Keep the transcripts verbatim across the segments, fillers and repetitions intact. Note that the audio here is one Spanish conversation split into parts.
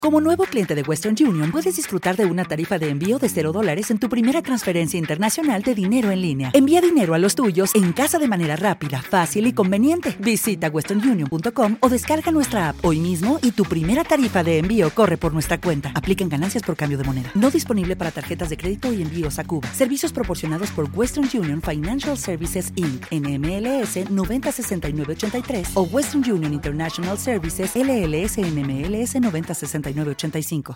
Como nuevo cliente de Western Union, puedes disfrutar de una tarifa de envío de cero dólares en tu primera transferencia internacional de dinero en línea. Envía dinero a los tuyos en casa de manera rápida, fácil y conveniente. Visita western union punto com o descarga nuestra app hoy mismo y tu primera tarifa de envío corre por nuestra cuenta. Aplican ganancias por cambio de moneda. No disponible para tarjetas de crédito y envíos a Cuba. Servicios proporcionados por Western Union Financial Services incorporated. N M L S noventa sesenta y nueve ochenta y tres o Western Union International Services L L S N M L S noventa sesenta y nueve ochenta y cinco.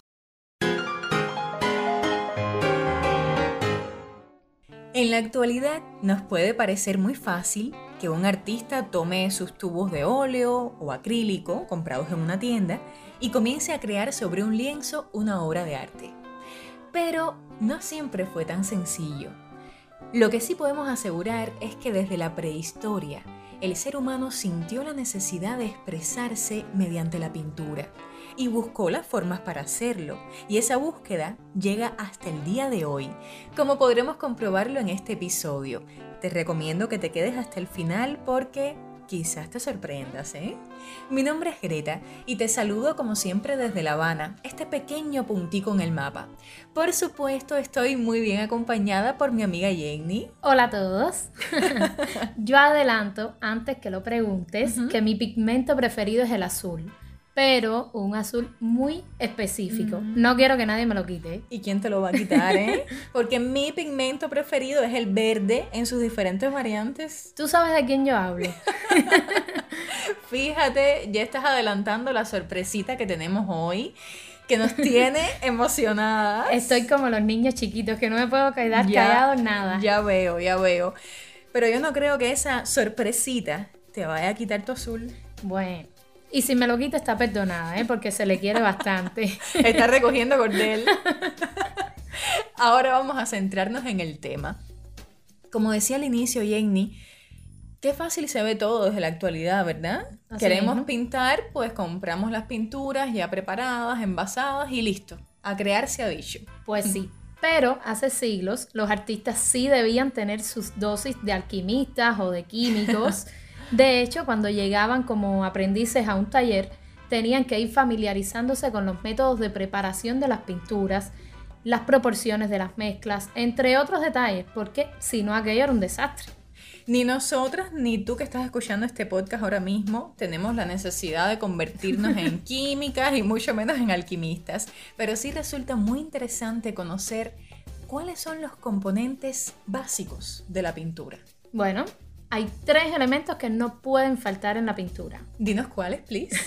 En la actualidad nos puede parecer muy fácil que un artista tome sus tubos de óleo o acrílico comprados en una tienda y comience a crear sobre un lienzo una obra de arte. Pero no siempre fue tan sencillo. Lo que sí podemos asegurar es que desde la prehistoria el ser humano sintió la necesidad de expresarse mediante la pintura y buscó las formas para hacerlo, y esa búsqueda llega hasta el día de hoy, como podremos comprobarlo en este episodio. Te recomiendo que te quedes hasta el final porque quizás te sorprendas, ¿eh? Mi nombre es Greta y te saludo como siempre desde La Habana, este pequeño puntico en el mapa. Por supuesto, estoy muy bien acompañada por mi amiga Jenny. Hola a todos. Yo adelanto, antes que lo preguntes, uh-huh. que mi pigmento preferido es el azul, pero un azul muy específico. Mm. No quiero que nadie me lo quite. ¿Y quién te lo va a quitar, eh? Porque mi pigmento preferido es el verde en sus diferentes variantes. ¿Tú sabes de quién yo hablo? Fíjate, ya estás adelantando la sorpresita que tenemos hoy, que nos tiene emocionadas. Estoy como los niños chiquitos, que no me puedo quedar ya, callado nada. Ya veo, ya veo. Pero yo no creo que esa sorpresita te vaya a quitar tu azul. Bueno. Y si me lo quita está perdonada, ¿eh? Porque se le quiere bastante. Está recogiendo cordel. Ahora vamos a centrarnos en el tema. Como decía al inicio Jenny, qué fácil se ve todo desde la actualidad, ¿verdad? Así Queremos mismo. pintar, pues compramos las pinturas ya preparadas, envasadas y listo. A crear se ha dicho. Pues sí. Pero hace siglos los artistas sí debían tener sus dosis de alquimistas o de químicos. De hecho, cuando llegaban como aprendices a un taller, tenían que ir familiarizándose con los métodos de preparación de las pinturas, las proporciones de las mezclas, entre otros detalles, porque si no aquello era un desastre. Ni nosotras, ni tú que estás escuchando este podcast ahora mismo, tenemos la necesidad de convertirnos en químicas y mucho menos en alquimistas, pero sí resulta muy interesante conocer cuáles son los componentes básicos de la pintura. Bueno, hay tres elementos que no pueden faltar en la pintura. Dinos cuáles, please.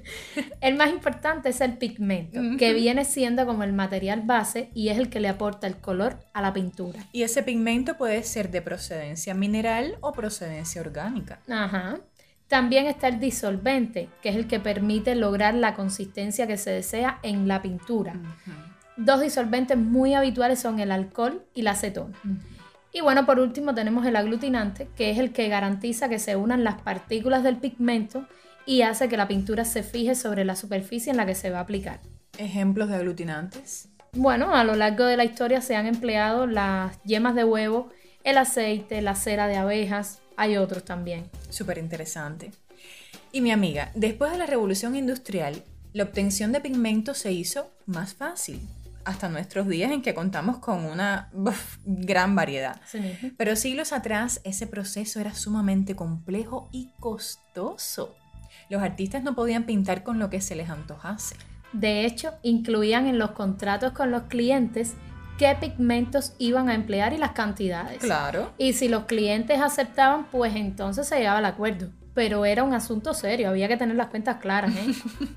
El más importante es el pigmento, uh-huh. que viene siendo como el material base y es el que le aporta el color a la pintura. Y ese pigmento puede ser de procedencia mineral o procedencia orgánica. Ajá. También está el disolvente, que es el que permite lograr la consistencia que se desea en la pintura. Uh-huh. Dos disolventes muy habituales son el alcohol y la acetona. Uh-huh. Y bueno, por último tenemos el aglutinante, que es el que garantiza que se unan las partículas del pigmento y hace que la pintura se fije sobre la superficie en la que se va a aplicar. ¿Ejemplos de aglutinantes? Bueno, a lo largo de la historia se han empleado las yemas de huevo, el aceite, la cera de abejas, hay otros también. Súper interesante. Y mi amiga, después de la revolución industrial, la obtención de pigmentos se hizo más fácil. Hasta nuestros días en que contamos con una uf, gran variedad. Sí. Pero siglos atrás ese proceso era sumamente complejo y costoso. Los artistas no podían pintar con lo que se les antojase. De hecho, incluían en los contratos con los clientes qué pigmentos iban a emplear y las cantidades. Claro. Y si los clientes aceptaban, pues entonces se llegaba al acuerdo. Pero era un asunto serio, había que tener las cuentas claras, ¿eh?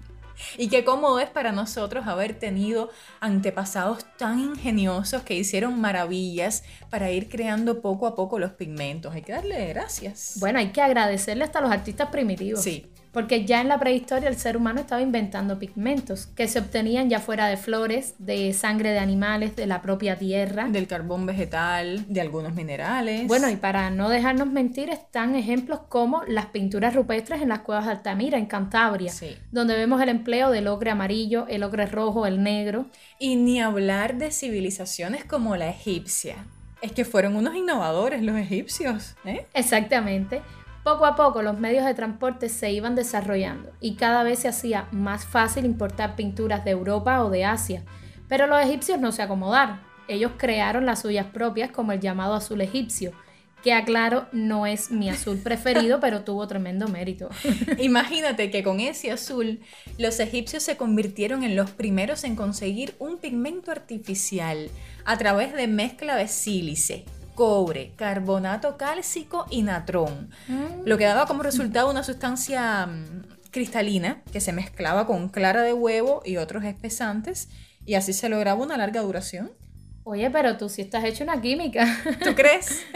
Y qué cómodo es para nosotros haber tenido antepasados tan ingeniosos que hicieron maravillas para ir creando poco a poco los pigmentos. Hay que darle gracias. Bueno, hay que agradecerle hasta a los artistas primitivos. Sí. Porque ya en la prehistoria el ser humano estaba inventando pigmentos que se obtenían ya fuera de flores, de sangre de animales, de la propia tierra. Del carbón vegetal, de algunos minerales. Bueno, y para no dejarnos mentir están ejemplos como las pinturas rupestres en las cuevas de Altamira, en Cantabria, sí. donde vemos el empleo del ocre amarillo, el ocre rojo, el negro. Y ni hablar de civilizaciones como la egipcia. Es que fueron unos innovadores los egipcios, ¿eh? Exactamente. Poco a poco los medios de transporte se iban desarrollando y cada vez se hacía más fácil importar pinturas de Europa o de Asia. Pero los egipcios no se acomodaron. Ellos crearon las suyas propias como el llamado azul egipcio, que aclaro, no es mi azul preferido, pero tuvo tremendo mérito. Imagínate que con ese azul, los egipcios se convirtieron en los primeros en conseguir un pigmento artificial a través de mezcla de sílice, cobre, carbonato cálcico y natrón, mm. lo que daba como resultado una sustancia cristalina que se mezclaba con clara de huevo y otros espesantes, y así se lograba una larga duración. Oye, pero tú sí estás hecho una química. ¿Tú crees?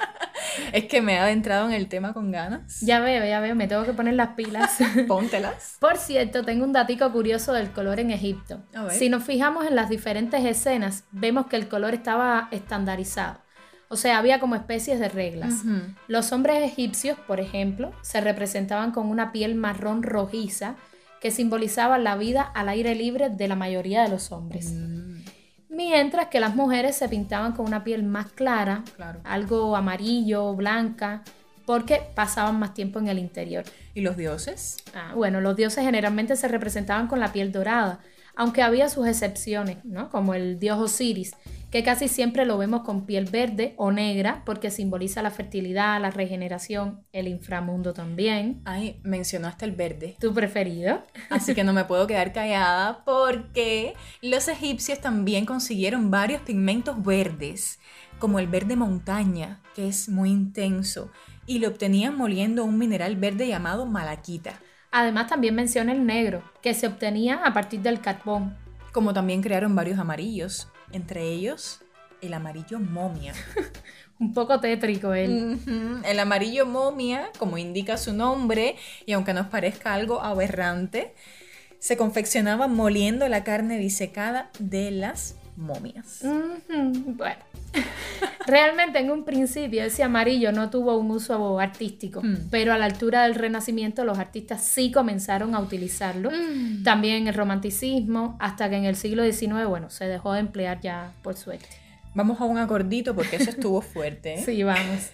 Es que me he adentrado en el tema con ganas. Ya veo, ya veo, me tengo que poner las pilas. Póntelas. Por cierto, tengo un datico curioso del color en Egipto. Si nos fijamos en las diferentes escenas, vemos que el color estaba estandarizado. O sea, había como especies de reglas. Uh-huh. Los hombres egipcios, por ejemplo, se representaban con una piel marrón rojiza que simbolizaba la vida al aire libre de la mayoría de los hombres. Uh-huh. Mientras que las mujeres se pintaban con una piel más clara, claro. algo amarillo, blanca, porque pasaban más tiempo en el interior. ¿Y los dioses? Ah, bueno, los dioses generalmente se representaban con la piel dorada, aunque había sus excepciones, ¿no? Como el dios Osiris, que casi siempre lo vemos con piel verde o negra porque simboliza la fertilidad, la regeneración, el inframundo también. Ay, mencionaste el verde. ¿Tu preferido? Así que no me puedo quedar callada porque los egipcios también consiguieron varios pigmentos verdes, como el verde montaña, que es muy intenso, y lo obtenían moliendo un mineral verde llamado malaquita. Además también menciona el negro, que se obtenía a partir del carbón. Como también crearon varios amarillos, entre ellos el amarillo momia. Un poco tétrico él. Uh-huh. El amarillo momia, como indica su nombre, y aunque nos parezca algo aberrante, se confeccionaba moliendo la carne disecada de las momias. Uh-huh. Bueno, realmente en un principio ese amarillo no tuvo un uso artístico, mm. pero a la altura del Renacimiento los artistas sí comenzaron a utilizarlo, mm. también en el romanticismo, hasta que en el siglo diecinueve, bueno, se dejó de emplear ya por suerte. Vamos a un acordito porque eso estuvo fuerte, ¿eh? Sí, vamos.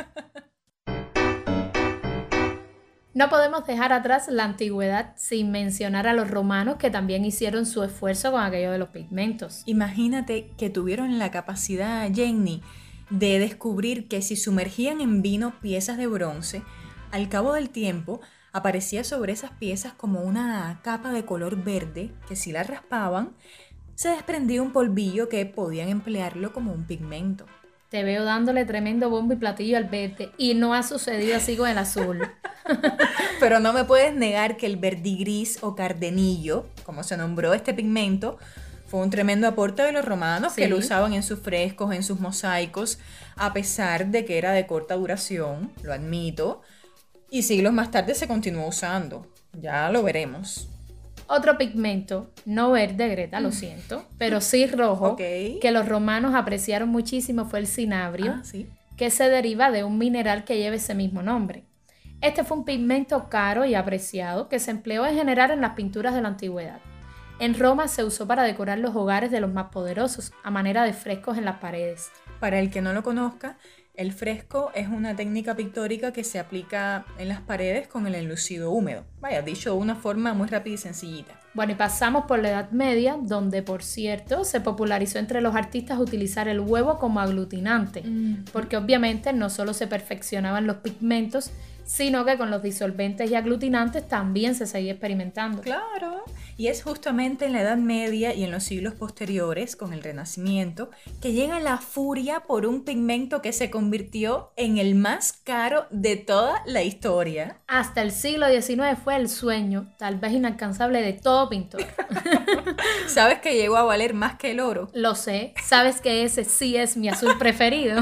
No podemos dejar atrás la antigüedad sin mencionar a los romanos, que también hicieron su esfuerzo con aquello de los pigmentos. Imagínate que tuvieron la capacidad, Jenny, de descubrir que si sumergían en vino piezas de bronce, al cabo del tiempo aparecía sobre esas piezas como una capa de color verde que si la raspaban, se desprendía un polvillo que podían emplearlo como un pigmento. Te veo dándole tremendo bombo y platillo al verde y no ha sucedido así con el azul. Pero no me puedes negar que el verdigris o cardenillo, como se nombró este pigmento, fue un tremendo aporte de los romanos, sí, que lo usaban en sus frescos, en sus mosaicos, a pesar de que era de corta duración, lo admito, y siglos más tarde se continuó usando. Ya lo veremos. Otro pigmento, no verde, Greta, lo siento, pero sí rojo, okay, que los romanos apreciaron muchísimo fue el cinabrio, ah, ¿sí? que se deriva de un mineral que lleva ese mismo nombre. Este fue un pigmento caro y apreciado que se empleó en general en las pinturas de la antigüedad. En Roma se usó para decorar los hogares de los más poderosos, a manera de frescos en las paredes. Para el que no lo conozca, el fresco es una técnica pictórica que se aplica en las paredes con el enlucido húmedo. Vaya, dicho de una forma muy rápida y sencillita. Bueno, y pasamos por la Edad Media, donde, por cierto, se popularizó entre los artistas utilizar el huevo como aglutinante, mm. porque obviamente no solo se perfeccionaban los pigmentos, sino que con los disolventes y aglutinantes también se seguía experimentando. Claro, y es justamente en la Edad Media y en los siglos posteriores, con el Renacimiento, que llega la furia por un pigmento que se convirtió en el más caro de toda la historia. Hasta el siglo diecinueve fue el sueño, tal vez inalcanzable, de todo pintor. ¿Sabes que llegó a valer más que el oro? Lo sé, sabes que ese sí es mi azul preferido.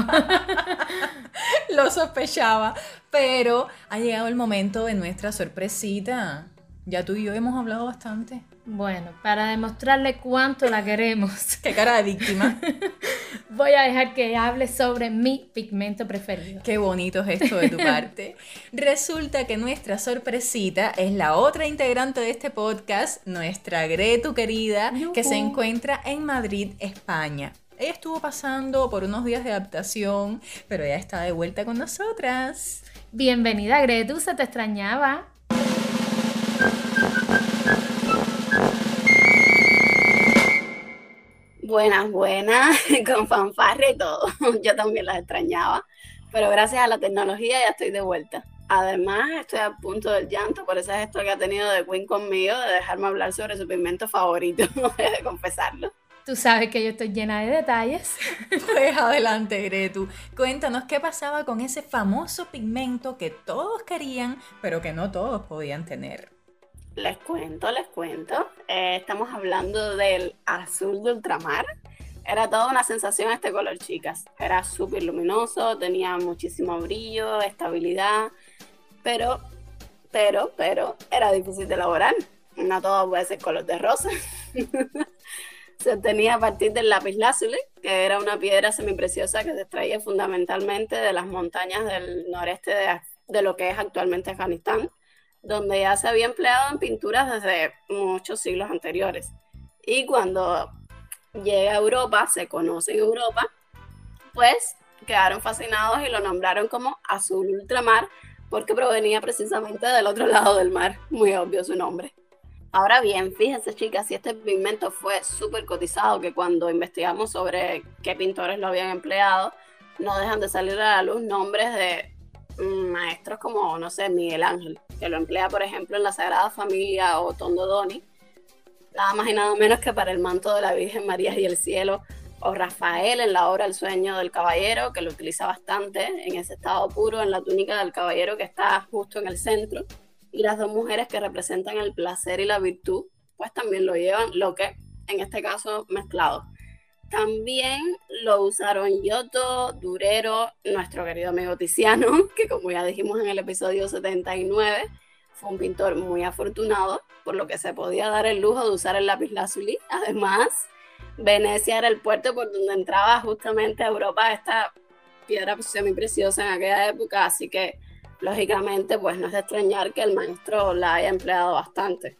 Lo sospechaba, pero ha llegado el momento de nuestra sorpresita. Ya tú y yo hemos hablado bastante. Bueno, para demostrarle cuánto la queremos. ¡Qué cara de víctima! Voy a dejar que hable sobre mi pigmento preferido. ¡Qué bonito es esto de tu parte! Resulta que nuestra sorpresita es la otra integrante de este podcast, nuestra Gretu querida, ¡yujú!, que se encuentra en Madrid, España. Ella estuvo pasando por unos días de adaptación, pero ya está de vuelta con nosotras. Bienvenida, Gretu, se te extrañaba. Buenas, buenas, con fanfarria y todo. Yo también las extrañaba, pero gracias a la tecnología ya estoy de vuelta. Además, estoy a punto del llanto por ese gesto que ha tenido de Queen conmigo de dejarme hablar sobre su pigmento favorito, he de confesarlo. Tú sabes que yo estoy llena de detalles. Pues adelante, Gretu. Cuéntanos qué pasaba con ese famoso pigmento que todos querían, pero que no todos podían tener. Les cuento, les cuento. Eh, estamos hablando del azul de ultramar. Era toda una sensación este color, chicas. Era súper luminoso, tenía muchísimo brillo, estabilidad, pero, pero, pero, era difícil de elaborar. No todo puede ser color de rosa. Se obtenía a partir del lapislázuli, que era una piedra semipreciosa que se extraía fundamentalmente de las montañas del noreste de, de lo que es actualmente Afganistán, donde ya se había empleado en pinturas desde muchos siglos anteriores. Y cuando llega a Europa, se conoce en Europa, pues quedaron fascinados y lo nombraron como azul ultramar, porque provenía precisamente del otro lado del mar, muy obvio su nombre. Ahora bien, fíjense, chicas, si este pigmento fue súper cotizado, que cuando investigamos sobre qué pintores lo habían empleado, no dejan de salir a la luz nombres de maestros como, no sé, Miguel Ángel, que lo emplea, por ejemplo, en la Sagrada Familia, o Tondo Doni, nada más y nada menos que para el manto de la Virgen María y el cielo, o Rafael en la obra El sueño del caballero, que lo utiliza bastante en ese estado puro, en la túnica del caballero que está justo en el centro, y las dos mujeres que representan el placer y la virtud, pues también lo llevan, lo que en este caso mezclado. También lo usaron Giotto, Durero, nuestro querido amigo Tiziano, que como ya dijimos en el episodio setenta y nueve, fue un pintor muy afortunado, por lo que se podía dar el lujo de usar el lapislázuli. Además, Venecia era el puerto por donde entraba justamente a Europa esta piedra semipreciosa en aquella época, así que lógicamente pues no es de extrañar que el maestro la haya empleado bastante.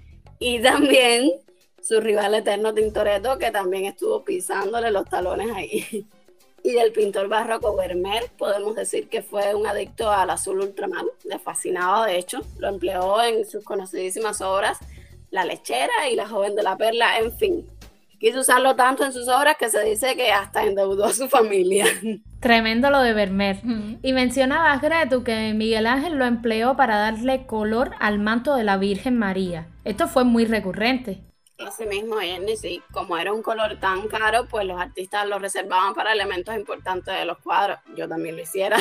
Y también su rival eterno Tintoretto, que también estuvo pisándole los talones ahí. Y del pintor barroco Vermeer, podemos decir que fue un adicto al azul ultramar, le fascinaba, de hecho, lo empleó en sus conocidísimas obras La lechera y La joven de la perla, en fin. Quiso usarlo tanto en sus obras que se dice que hasta endeudó a su familia. Tremendo lo de Vermeer. Mm. Y mencionabas, Gretu, que Miguel Ángel lo empleó para darle color al manto de la Virgen María. Esto fue muy recurrente. Así mismo, Jenny, sí, como era un color tan caro, pues los artistas lo reservaban para elementos importantes de los cuadros. Yo también lo hiciera.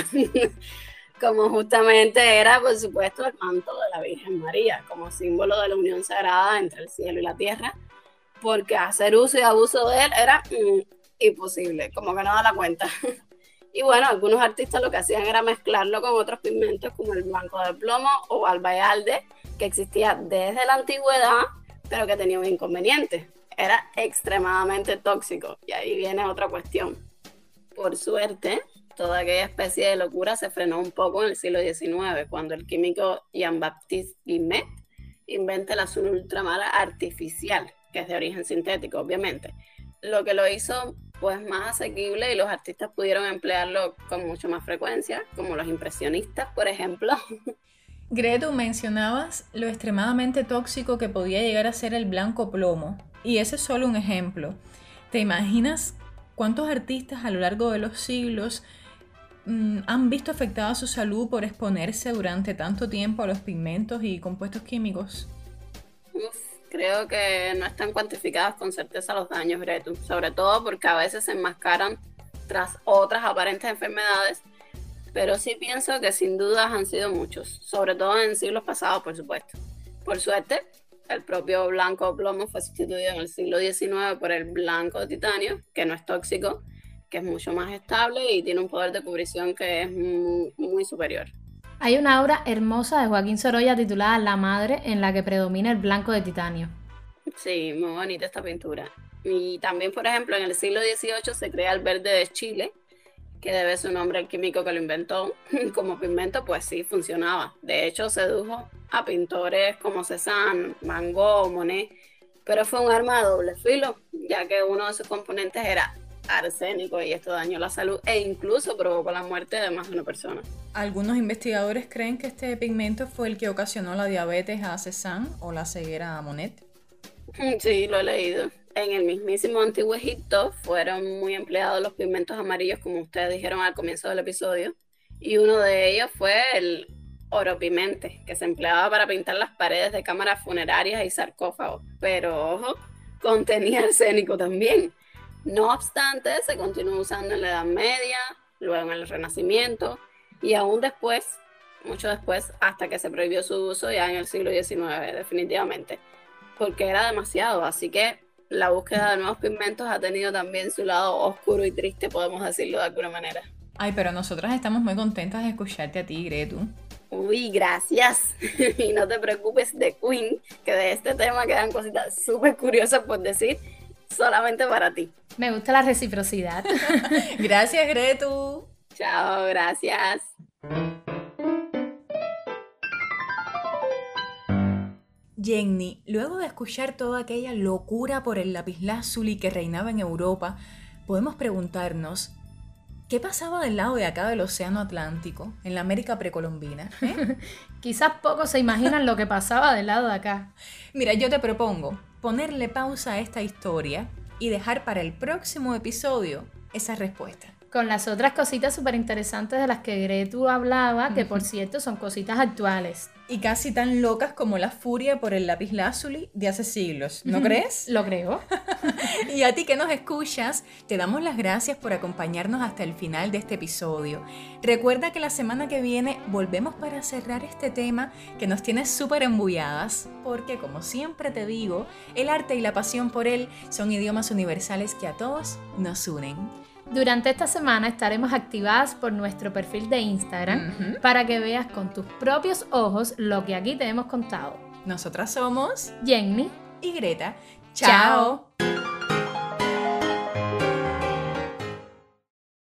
Como justamente era, por supuesto, el manto de la Virgen María, como símbolo de la unión sagrada entre el cielo y la tierra, porque hacer uso y abuso de él era mm, imposible, como que no da la cuenta. Y bueno, algunos artistas lo que hacían era mezclarlo con otros pigmentos como el blanco de plomo o albayalde, que existía desde la antigüedad, pero que tenía un inconveniente. Era extremadamente tóxico, y ahí viene otra cuestión. Por suerte, toda aquella especie de locura se frenó un poco en el siglo diecinueve, cuando el químico Jean-Baptiste Guimet inventa el azul ultramar artificial, que es de origen sintético, obviamente, lo que lo hizo pues más asequible y los artistas pudieron emplearlo con mucho más frecuencia, como los impresionistas, por ejemplo. Gretu, mencionabas lo extremadamente tóxico que podía llegar a ser el blanco plomo, y ese es solo un ejemplo. ¿Te imaginas cuántos artistas a lo largo de los siglos mmm, han visto afectada su salud por exponerse durante tanto tiempo a los pigmentos y compuestos químicos? Uf, creo que no están cuantificados con certeza los daños, Gretu, sobre todo porque a veces se enmascaran tras otras aparentes enfermedades, pero sí pienso que sin dudas han sido muchos, sobre todo en siglos pasados, por supuesto. Por suerte, el propio blanco plomo fue sustituido en el siglo diecinueve por el blanco de titanio, que no es tóxico, que es mucho más estable y tiene un poder de cubrición que es muy, muy superior. Hay una obra hermosa de Joaquín Sorolla titulada La Madre, en la que predomina el blanco de titanio. Sí, muy bonita esta pintura. Y también, por ejemplo, en el siglo dieciocho se crea el verde de Chile, que debe su nombre al químico que lo inventó. Como pigmento, pues sí, funcionaba. De hecho, sedujo a pintores como Cézanne, Van Gogh, Monet, pero fue un arma de doble filo, ya que uno de sus componentes era arsénico y esto dañó la salud e incluso provocó la muerte de más de una persona. Algunos investigadores creen que este pigmento fue el que ocasionó la diabetes a Cézanne o la ceguera a Monet. Sí, lo he leído. En el mismísimo Antiguo Egipto fueron muy empleados los pigmentos amarillos, como ustedes dijeron al comienzo del episodio, y uno de ellos fue el oropimente, que se empleaba para pintar las paredes de cámaras funerarias y sarcófagos. Pero, ojo, contenía arsénico también. No obstante, se continuó usando en la Edad Media, luego en el Renacimiento, y aún después, mucho después, hasta que se prohibió su uso ya en el siglo diecinueve, definitivamente, porque era demasiado. Así que la búsqueda de nuevos pigmentos ha tenido también su lado oscuro y triste, podemos decirlo de alguna manera. Ay, pero nosotras estamos muy contentas de escucharte a ti, Gretu. Uy, gracias. Y no te preocupes de Queen, que de este tema quedan cositas súper curiosas por decir, solamente para ti. Me gusta la reciprocidad. Gracias, Gretu. Chao, gracias. Jenny, luego de escuchar toda aquella locura por el lapislázuli que reinaba en Europa, podemos preguntarnos, ¿qué pasaba del lado de acá del Océano Atlántico, en la América precolombina? ¿Eh? Quizás pocos se imaginan lo que pasaba del lado de acá. Mira, yo te propongo ponerle pausa a esta historia y dejar para el próximo episodio esa respuesta. Con las otras cositas súper interesantes de las que Gretu hablaba, que por cierto son cositas actuales. Y casi tan locas como la furia por el lapislázuli de hace siglos, ¿no crees? Lo creo. Y a ti que nos escuchas, te damos las gracias por acompañarnos hasta el final de este episodio. Recuerda que la semana que viene volvemos para cerrar este tema que nos tiene súper embulladas, porque como siempre te digo, el arte y la pasión por él son idiomas universales que a todos nos unen. Durante esta semana estaremos activadas por nuestro perfil de Instagram uh-huh. para que veas con tus propios ojos lo que aquí te hemos contado. Nosotras somos Jenny y Greta. ¡Chao!